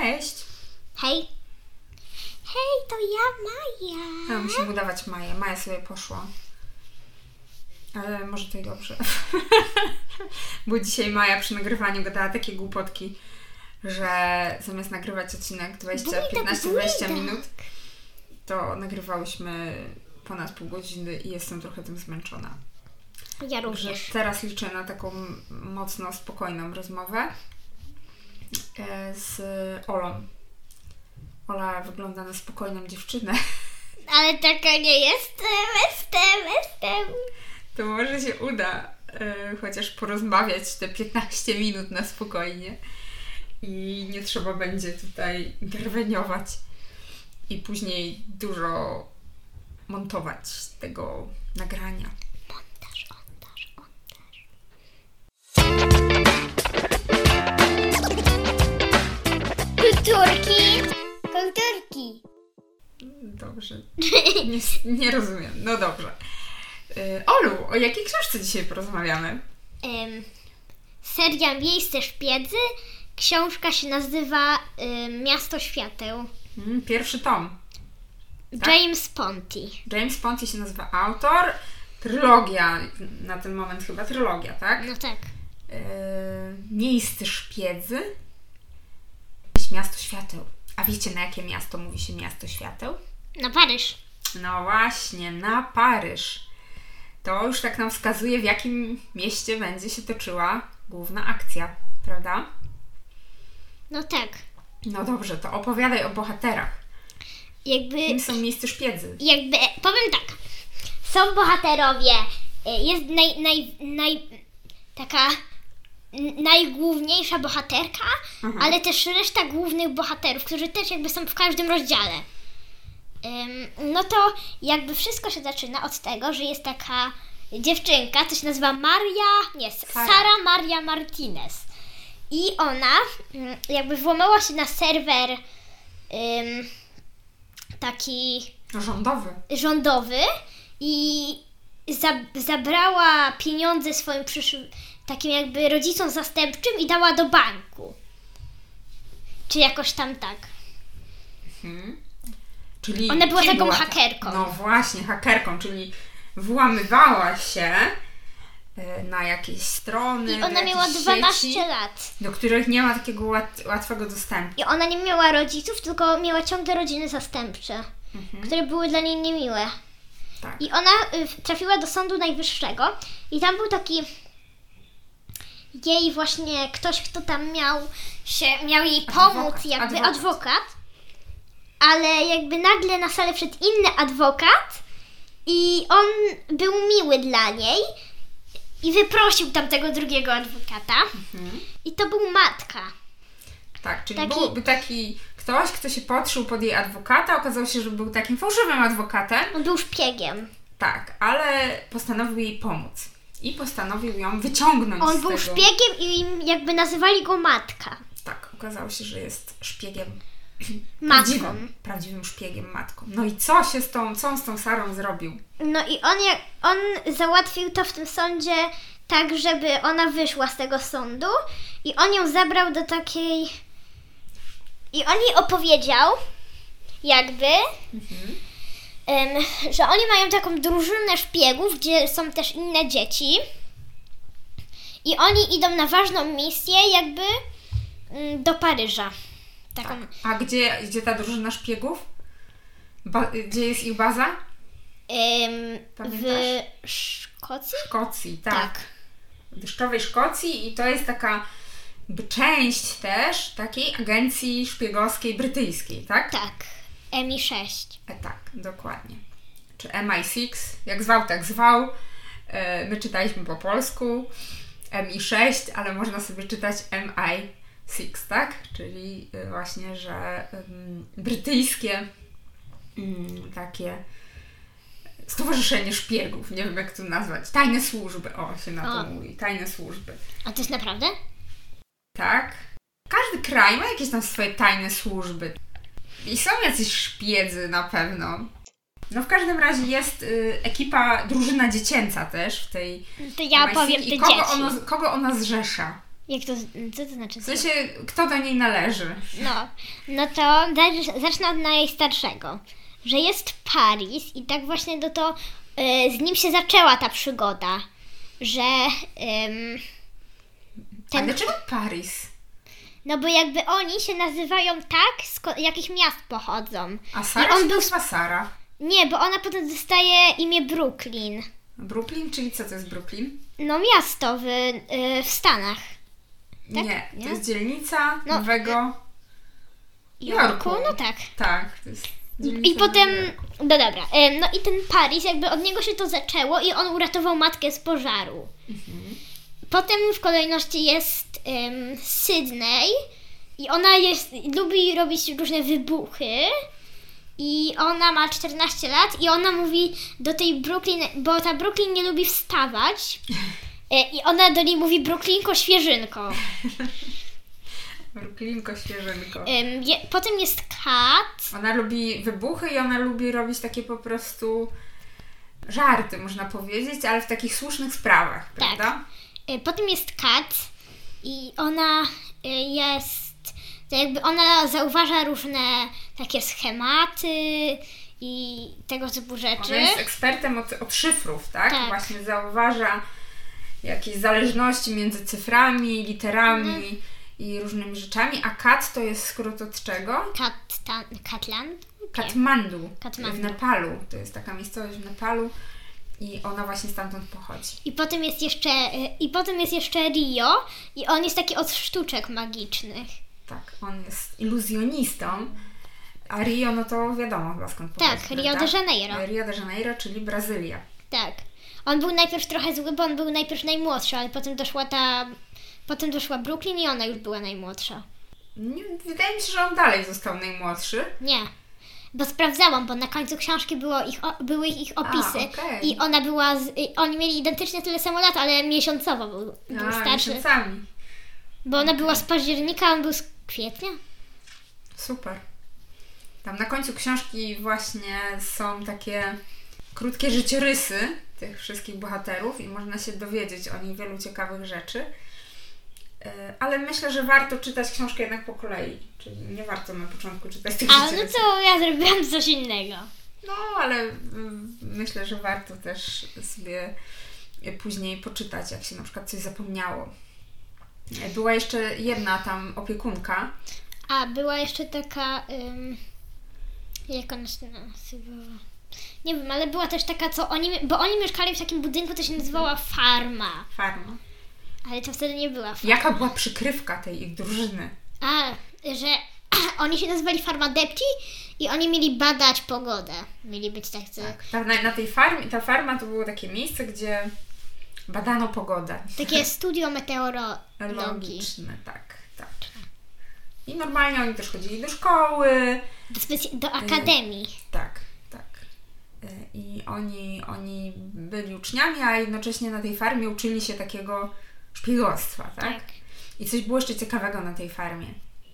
Cześć! Hej! Hej, to ja, Maja! Musimy udawać Maję. Maja sobie poszła. Ale może to i dobrze. Bo dzisiaj Maja przy nagrywaniu gadała takie głupotki, że zamiast nagrywać odcinek 15-20 minut, to nagrywałyśmy ponad pół godziny i jestem trochę tym zmęczona. Ja również. Że teraz liczę na taką mocno spokojną rozmowę z Olą. Ola wygląda na spokojną dziewczynę. Ale taka nie jestem. To może się uda chociaż porozmawiać te 15 minut na spokojnie i nie trzeba będzie tutaj interweniować i później dużo montować tego nagrania. Montaż. Kulturki. Dobrze. Nie rozumiem. No dobrze. Olu, o jakiej książce dzisiaj porozmawiamy? Seria Miejsce Szpiedzy. Książka się nazywa Miasto Świateł. Pierwszy tom. Tak? James Ponti. James Ponti się nazywa autor. Trylogia. Na ten moment chyba trylogia, tak? No tak. Miejsce Szpiedzy. Miasto Świateł. A wiecie, na jakie miasto mówi się Miasto Świateł? Na Paryż. No właśnie, na Paryż. To już tak nam wskazuje, w jakim mieście będzie się toczyła główna akcja, prawda? No tak. No dobrze, to opowiadaj o bohaterach. Kim są Miejsce Szpiedzy? Powiem tak. Są bohaterowie. Jest taka najgłówniejsza bohaterka, ale też reszta głównych bohaterów, którzy też są w każdym rozdziale. No to wszystko się zaczyna od tego, że jest taka dziewczynka, to się nazywa Sara Maria Martinez. I ona włamała się na serwer taki rządowy i zabrała pieniądze swoim takim rodzicom zastępczym i dała do banku. Czy jakoś tam tak. Czyli ona była taką hakerką. No właśnie, hakerką, czyli włamywała się na jakieś strony. I ona miała 12 lat. Do których nie ma takiego łatwego dostępu. I ona nie miała rodziców, tylko miała ciągle rodziny zastępcze, które były dla niej niemiłe. Tak. I ona trafiła do Sądu Najwyższego i tam był taki jej właśnie ktoś, kto tam miał jej pomóc, adwokat. Ale nagle na salę wszedł inny adwokat i on był miły dla niej i wyprosił tamtego drugiego adwokata. I to był Matka. Tak, czyli byłby taki ktoś, kto się podszył pod jej adwokata, okazało się, że był takim fałszywym adwokatem. On był szpiegiem. Tak, ale postanowił jej pomóc i postanowił ją wyciągnąć On był szpiegiem i nazywali go Matka. Tak, okazało się, że jest szpiegiem. Prawdziwym szpiegiem matką. No i co on z tą Sarą zrobił? No i on załatwił to w tym sądzie tak, żeby ona wyszła z tego sądu i on ją zabrał do takiej... I on jej opowiedział że oni mają taką drużynę szpiegów, gdzie są też inne dzieci i oni idą na ważną misję do Paryża. Taką... Tak. A gdzie ta drużyna szpiegów? Gdzie jest ich baza? W Szkocji? W Szkocji, tak. W deszczowej Szkocji i to jest taka część też takiej agencji szpiegowskiej brytyjskiej, tak? Tak, MI6. Tak, dokładnie. Czy MI6, jak zwał, tak zwał. My czytaliśmy po polsku MI6, ale można sobie czytać MI6, tak? Czyli właśnie, że brytyjskie takie stowarzyszenie szpiegów, nie wiem jak to nazwać, tajne służby, się na to mówi, tajne służby. A to jest naprawdę? Tak. Każdy kraj ma jakieś tam swoje tajne służby. I są jacyś szpiedzy na pewno. No w każdym razie jest drużyna dziecięca też w tej... To ja powiem te dzieci. Kogo ona zrzesza? Jak to, co to znaczy? W sensie, kto do niej należy. No to zacznę od najstarszego. Że jest Paris i tak właśnie z nim się zaczęła ta przygoda. Że A dlaczego Paris? No bo jakby oni się nazywają tak, z jakich miast pochodzą. A Sara się nazywa Sara? Nie, bo ona potem dostaje imię Brooklyn. Brooklyn? Czyli co to jest Brooklyn? No miasto w Stanach. Tak? Nie, to jest dzielnica Nowego Jorku. No tak. Tak, to jest I potem, no dobra, no i ten Paris, jakby od niego się to zaczęło i on uratował matkę z pożaru. Potem w kolejności jest Sydney i ona lubi robić różne wybuchy i ona ma 14 lat i ona mówi do tej Brooklyn, bo ta Brooklyn nie lubi wstawać i ona do niej mówi Brooklynko świeżynko. Brooklynko świeżynko. Potem jest Kat. Ona lubi wybuchy i ona lubi robić takie po prostu żarty, można powiedzieć, ale w takich słusznych sprawach, prawda? Tak. Potem jest Kat i ona to jakby ona zauważa różne takie schematy i tego typu rzeczy. Ona jest ekspertem od szyfrów, tak? Tak. Właśnie zauważa jakieś zależności między cyframi, literami i różnymi rzeczami, a Kat to jest skrót od czego? Katmandu. W Nepalu. To jest taka miejscowość w Nepalu. I ona właśnie stamtąd pochodzi. I potem jest jeszcze Rio i on jest taki od sztuczek magicznych. Tak, on jest iluzjonistą, a Rio, no to wiadomo chyba skąd pochodzi. Tak, Rio de Janeiro. Rio de Janeiro, czyli Brazylia. Tak. On był najpierw trochę zły, bo on był najpierw najmłodszy, ale potem doszła Brooklyn i ona już była najmłodsza. Wydaje mi się, że on dalej został najmłodszy. Nie. Bo sprawdzałam, bo na końcu książki były ich opisy. Okay. I ona oni mieli identycznie tyle samo lat, ale miesiącowo był starszy. Miesiącami. Bo ona była z października, a on był z kwietnia. Super. Tam na końcu książki właśnie są takie krótkie życiorysy tych wszystkich bohaterów i można się dowiedzieć o nich wielu ciekawych rzeczy. Ale myślę, że warto czytać książkę jednak po kolei. Czyli nie warto na początku czytać tych no to ja zrobiłam coś innego. No, ale myślę, że warto też sobie później poczytać, jak się na przykład coś zapomniało. Była jeszcze jedna tam opiekunka. A, była jeszcze taka... jak ona się nazywała? Nie wiem, ale była też taka, bo oni mieszkali w takim budynku, to się nazywała Farma. Farma. Ale to wtedy nie była farma. Jaka była przykrywka tej ich drużyny? Że oni się nazywali farmadepci i oni mieli badać pogodę. Mieli być tak. Na tej farmie, ta farma to było takie miejsce, gdzie badano pogodę. Takie studio meteorologiczne. Tak. I normalnie oni też chodzili do szkoły. Do akademii. Tak. I oni byli uczniami, a jednocześnie na tej farmie uczyli się takiego szpiegostwa, tak? I coś było jeszcze ciekawego na tej farmie.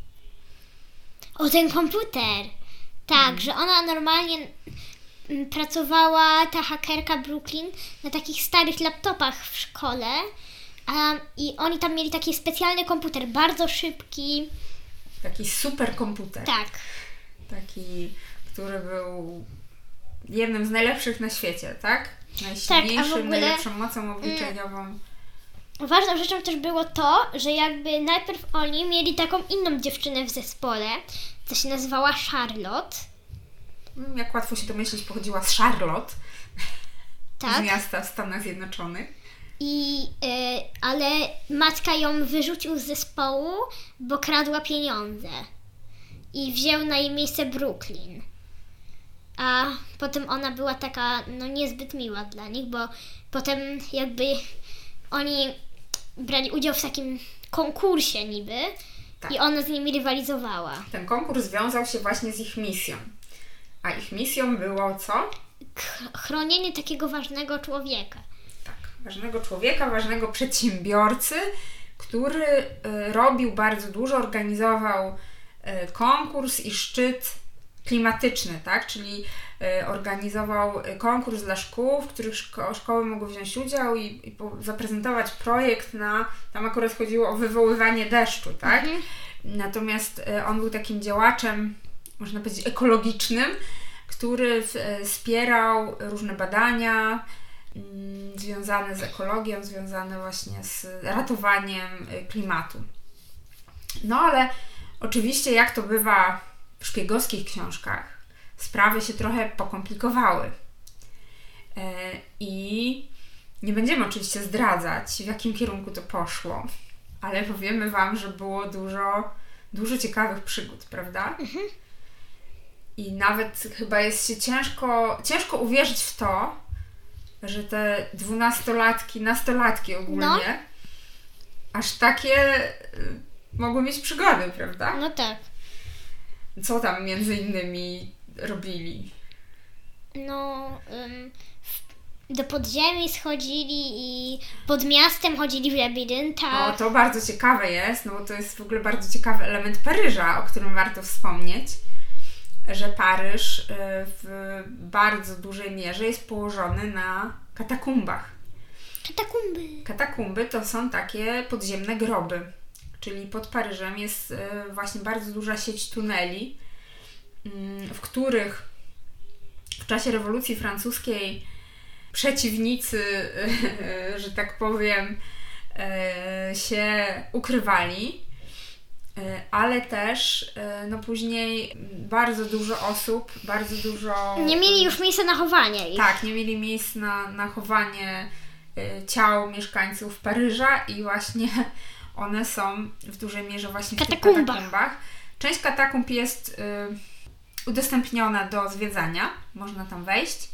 O, ten komputer! Tak, że ona normalnie pracowała, ta hakerka Brooklyn, na takich starych laptopach w szkole i oni tam mieli taki specjalny komputer, bardzo szybki. Taki super komputer. Tak. Taki, który był jednym z najlepszych na świecie, tak? Najsilniejszym, najlepszą mocą obliczeniową. Ważną rzeczą też było to, że jakby najpierw oni mieli taką inną dziewczynę w zespole, co się nazywała Charlotte. Jak łatwo się domyślić, pochodziła z Charlotte. Tak. Z miasta w Stanach Zjednoczonych. Ale matka ją wyrzucił z zespołu, bo kradła pieniądze. I wziął na jej miejsce Brooklyn. A potem ona była taka, niezbyt miła dla nich, bo potem jakby oni brali udział w takim konkursie niby i ona z nimi rywalizowała. Ten konkurs wiązał się właśnie z ich misją. A ich misją było co? Chronienie takiego ważnego człowieka. Tak, ważnego człowieka, ważnego przedsiębiorcy, który robił bardzo dużo, organizował konkurs i szczyt klimatyczny, tak? Czyli organizował konkurs dla szkół, w których szkoły mogły wziąć udział i zaprezentować projekt tam akurat chodziło o wywoływanie deszczu, tak? Natomiast on był takim działaczem, można powiedzieć, ekologicznym, który wspierał różne badania związane z ekologią, związane właśnie z ratowaniem klimatu. No ale oczywiście, jak to bywa w szpiegowskich książkach, sprawy się trochę pokomplikowały. I nie będziemy oczywiście zdradzać, w jakim kierunku to poszło, ale powiemy Wam, że było dużo ciekawych przygód, prawda? I nawet chyba jest się ciężko uwierzyć w to, że te 12-latki, nastolatki ogólnie, aż takie mogły mieć przygody, prawda? No tak. Co tam między innymi robili? No, do podziemi schodzili i pod miastem chodzili w labiryntach. No, to bardzo ciekawe jest, no bo to jest w ogóle bardzo ciekawy element Paryża, o którym warto wspomnieć, że Paryż w bardzo dużej mierze jest położony na katakumbach. Katakumby to są takie podziemne groby, czyli pod Paryżem jest właśnie bardzo duża sieć tuneli, w których w czasie rewolucji francuskiej przeciwnicy, że tak powiem, się ukrywali, ale też no później bardzo dużo osób, nie mieli już miejsca na chowanie ich. Tak, nie mieli miejsc na chowanie ciał mieszkańców Paryża i właśnie one są w dużej mierze właśnie w tych katakumbach. Część katakumb jest udostępniona do zwiedzania, można tam wejść.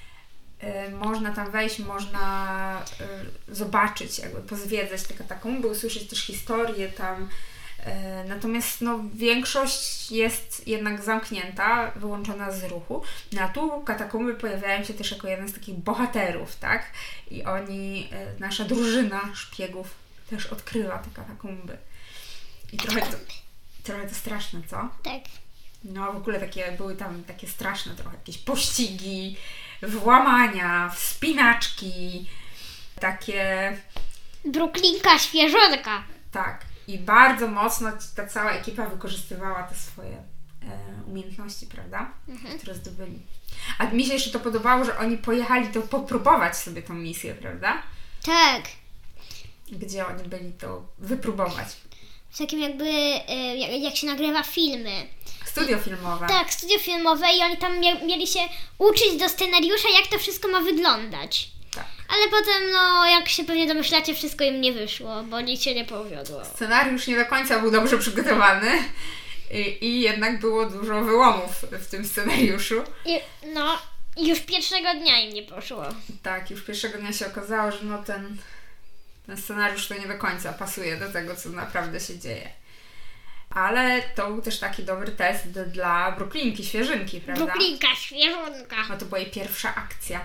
Można zobaczyć, jakby pozwiedzać te katakumby, usłyszeć też historię tam. Natomiast no, większość jest jednak zamknięta, wyłączona z ruchu. No a tu katakumby pojawiają się też jako jeden z takich bohaterów, tak? I nasza drużyna szpiegów też odkryła te katakumby. I trochę to straszne, co? Tak. No w ogóle były tam takie straszne trochę, jakieś pościgi, włamania, wspinaczki, takie... Bruklinka, świeżonka. Tak. I bardzo mocno ta cała ekipa wykorzystywała te swoje umiejętności, prawda? Które zdobyli. A mi się jeszcze to podobało, że oni pojechali to popróbować sobie tą misję, prawda? Tak. Gdzie oni byli to wypróbować. W takim jakby, jak się nagrywa filmy. Studio filmowe. Tak, studio filmowe i oni tam mieli się uczyć do scenariusza, jak to wszystko ma wyglądać. Tak. Ale potem, no, jak się pewnie domyślacie, wszystko im nie wyszło, bo nic się nie powiodło. Scenariusz nie do końca był dobrze przygotowany i jednak było dużo wyłomów w tym scenariuszu. Już pierwszego dnia im nie poszło. Tak, już pierwszego dnia się okazało, że no ten scenariusz to nie do końca pasuje do tego, co naprawdę się dzieje. Ale to był też taki dobry test dla Bruklinki, świeżynki, prawda? Bruklinka, świeżonka. No to była jej pierwsza akcja.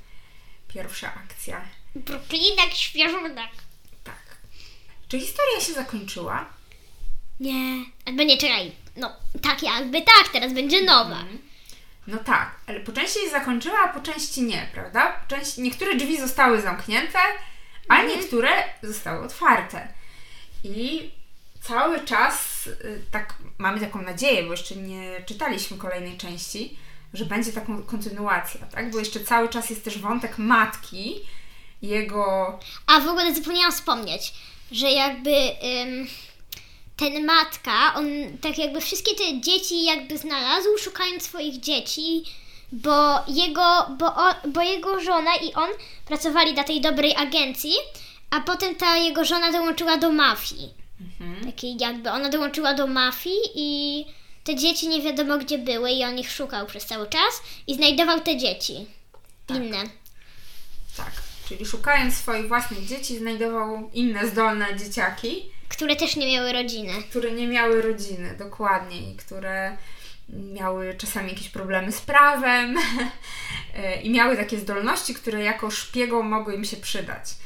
Bruklinek, świeżunek. Tak. Czy historia się zakończyła? Nie. Albo nie, czekaj. No, tak jakby tak, teraz będzie nowa. No tak, ale po części się zakończyła, a po części nie, prawda? Niektóre drzwi zostały zamknięte, a niektóre zostały otwarte. I cały czas mamy taką nadzieję, bo jeszcze nie czytaliśmy kolejnej części, że będzie taką kontynuacja, tak? Bo jeszcze cały czas jest też wątek matki, jego... A w ogóle zapomniałam wspomnieć, że jakby ten matka, on tak jakby wszystkie te dzieci jakby znalazł, szukając swoich dzieci, bo jego żona i on pracowali dla tej dobrej agencji, a potem ta jego żona dołączyła do mafii. Takiej jakby ona dołączyła do mafii i te dzieci nie wiadomo gdzie były i on ich szukał przez cały czas i znajdował te dzieci. Tak. Inne. Tak, czyli szukając swoich własnych dzieci znajdował inne zdolne dzieciaki. Które też nie miały rodziny. Które nie miały rodziny, dokładnie. I które miały czasami jakieś problemy z prawem i miały takie zdolności, które jako szpiegom mogły im się przydać.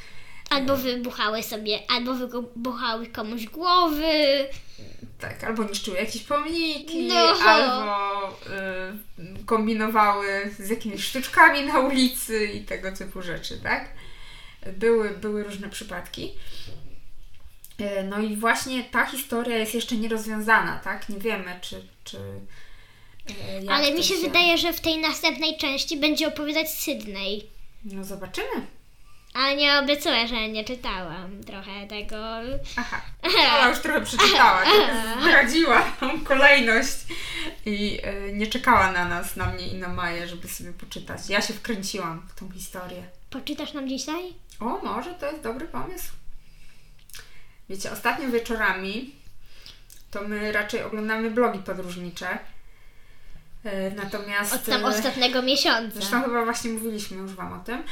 Albo wybuchały sobie, albo wybuchały komuś głowy. Tak, albo niszczyły jakieś pomniki, No. albo kombinowały z jakimiś sztuczkami na ulicy i tego typu rzeczy, tak? Były różne przypadki. No i właśnie ta historia jest jeszcze nierozwiązana, tak? Nie wiemy, czy jak Ale to mi się wydaje, że w tej następnej części będzie opowiadać Sydney. No zobaczymy. Ale nie obiecuję, że nie czytałam trochę tego. Aha, Ola już trochę przeczytała, zdradziła tą kolejność i nie czekała na nas, na mnie i na Maję, żeby sobie poczytać. Ja się wkręciłam w tą historię. Poczytasz nam dzisiaj? O, może to jest dobry pomysł. Wiecie, ostatnio wieczorami to my raczej oglądamy blogi podróżnicze. Natomiast... Od tam ostatniego miesiąca. Zresztą chyba właśnie mówiliśmy już Wam o tym,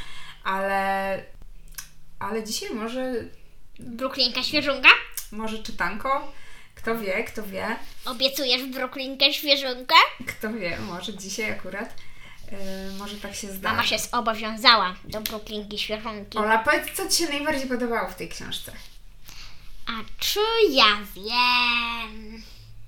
ale dzisiaj Bruklinka świeżunka? może czytanko. Kto wie. Obiecujesz Bruklinkę świeżunkę? Kto wie, może dzisiaj akurat. Może tak się zda. Mama się zobowiązała do Bruklinki świeżunki. Ola, powiedz, co Ci się najbardziej podobało w tej książce? A czy ja wiem,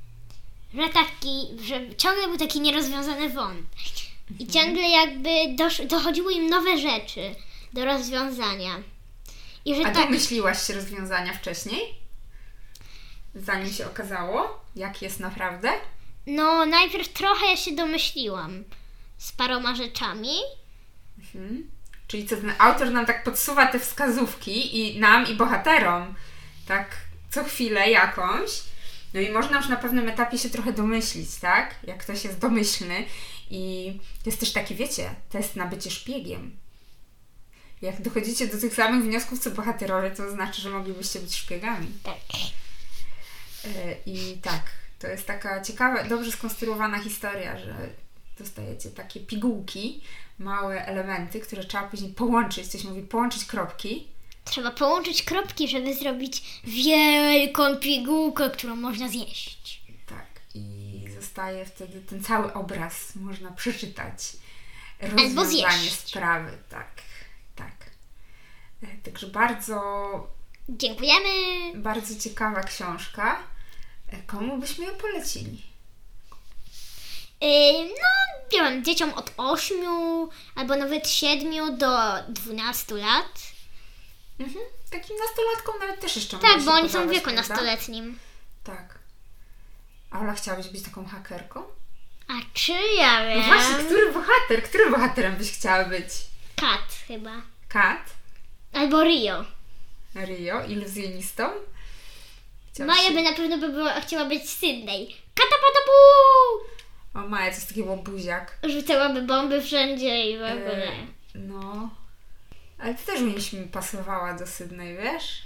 że ciągle był taki nierozwiązany wątek. I ciągle jakby dochodziły im nowe rzeczy do rozwiązania. I że A tak, domyśliłaś się rozwiązania wcześniej? Zanim się okazało, jak jest naprawdę? no najpierw trochę się domyśliłam z paroma rzeczami. Czyli co, ten autor nam tak podsuwa te wskazówki i nam, i bohaterom, tak co chwilę jakąś. No i można już na pewnym etapie się trochę domyślić, tak? Jak ktoś jest domyślny. I to jest też taki, wiecie, test na bycie szpiegiem. Jak dochodzicie do tych samych wniosków co bohaterowie, to znaczy, że moglibyście być szpiegami. Tak. I tak, to jest taka ciekawa, dobrze skonstruowana historia, że dostajecie takie pigułki, małe elementy, które trzeba później połączyć. Ktoś mówi połączyć kropki. Trzeba połączyć kropki, żeby zrobić wielką pigułkę, którą można zjeść. Tak, i zostaje wtedy ten cały obraz, można przeczytać. Albo Rozwiązanie zjeść. sprawy, tak. Także bardzo, Dziękujemy. bardzo ciekawa książka. Komu byśmy ją polecili? No, nie wiem, dzieciom od 8 albo nawet 7 do 12 lat. Takim nastolatkom nawet też jeszcze Tak, może bo się oni są w podobać, wieku prawda? nastoletnim. Tak. A Ola, chciałabyś być taką hakerką? A czy ja wiem? No właśnie, którym bohaterem byś chciała być? Kat chyba. Kat? Albo Rio. Rio? Iluzjonistą? Maja by na pewno chciała być Sydney. Katapatapu! O, Maja to jest taki łobuziak. Rzucałaby bomby wszędzie i w ogóle. No. Ale ty też byś mi pasowała do Sydney, wiesz?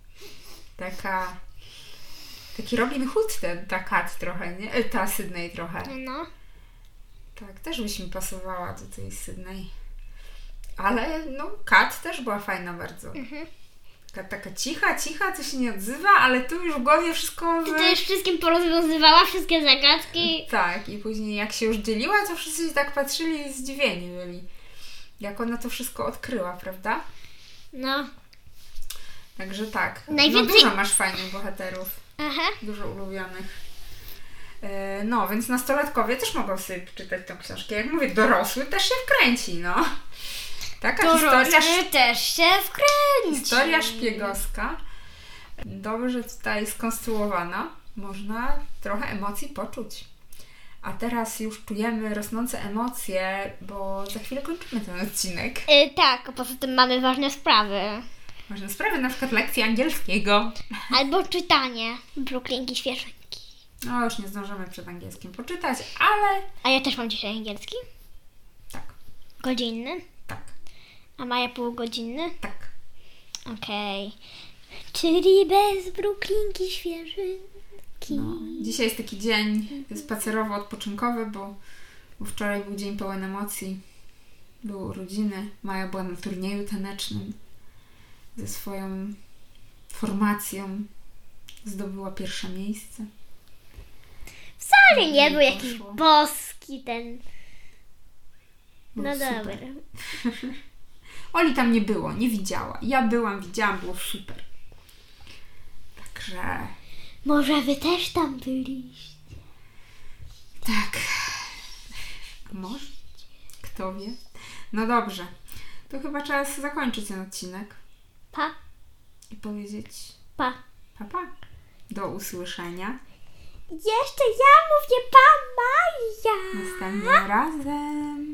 Taki Robin Hood ta Kat trochę, nie? Ta Sydney trochę. No. Tak, też byś mi pasowała do tej Sydney. Ale no, Kat też była fajna bardzo. Taka cicha, co się nie odzywa, ale tu już w głowie wszystko... Ty to już wszystkim porozwiązywała, wszystkie zagadki. Tak, i później jak się już dzieliła, to wszyscy się tak patrzyli i zdziwieni byli. Jak ona to wszystko odkryła, prawda? No. Także tak. Najwięcej- No dużo masz fajnych bohaterów. Aha. Dużo ulubionych. No, więc nastolatkowie też mogą sobie czytać tą książkę. Jak mówię, dorosły też się wkręci, no. Taka Dorosły też się wkręci. historia szpiegowska. Dobrze tutaj skonstruowana. Można trochę emocji poczuć. A teraz już czujemy rosnące emocje, bo za chwilę kończymy ten odcinek. Tak, a poza tym mamy ważne sprawy. Ważne sprawy, na przykład lekcje angielskiego. Albo czytanie Bruklinki świeżynki. No, już nie zdążymy przed angielskim poczytać, ale A ja też mam dzisiaj angielski. tak, Godzinny. tak, A Maja półgodzinny. tak. Okej. Czyli bez Bruklinki świeżynki. No, dzisiaj jest taki dzień spacerowo-odpoczynkowy, bo wczoraj był dzień pełen emocji. Były urodziny. Maja była na turnieju tanecznym ze swoją formacją. Zdobyła pierwsze miejsce. Wcale nie był Poszło. jakiś boski ten. Był No super. dobra. Oli tam nie było, nie widziała. Ja byłam, widziałam, było super. Także... Może wy też tam byliście? Tak. Może? Kto wie? No dobrze. To chyba czas zakończyć ten odcinek. Pa. I powiedzieć Pa. pa, pa. Do usłyszenia. Jeszcze ja mówię pa Maja. Następnym razem.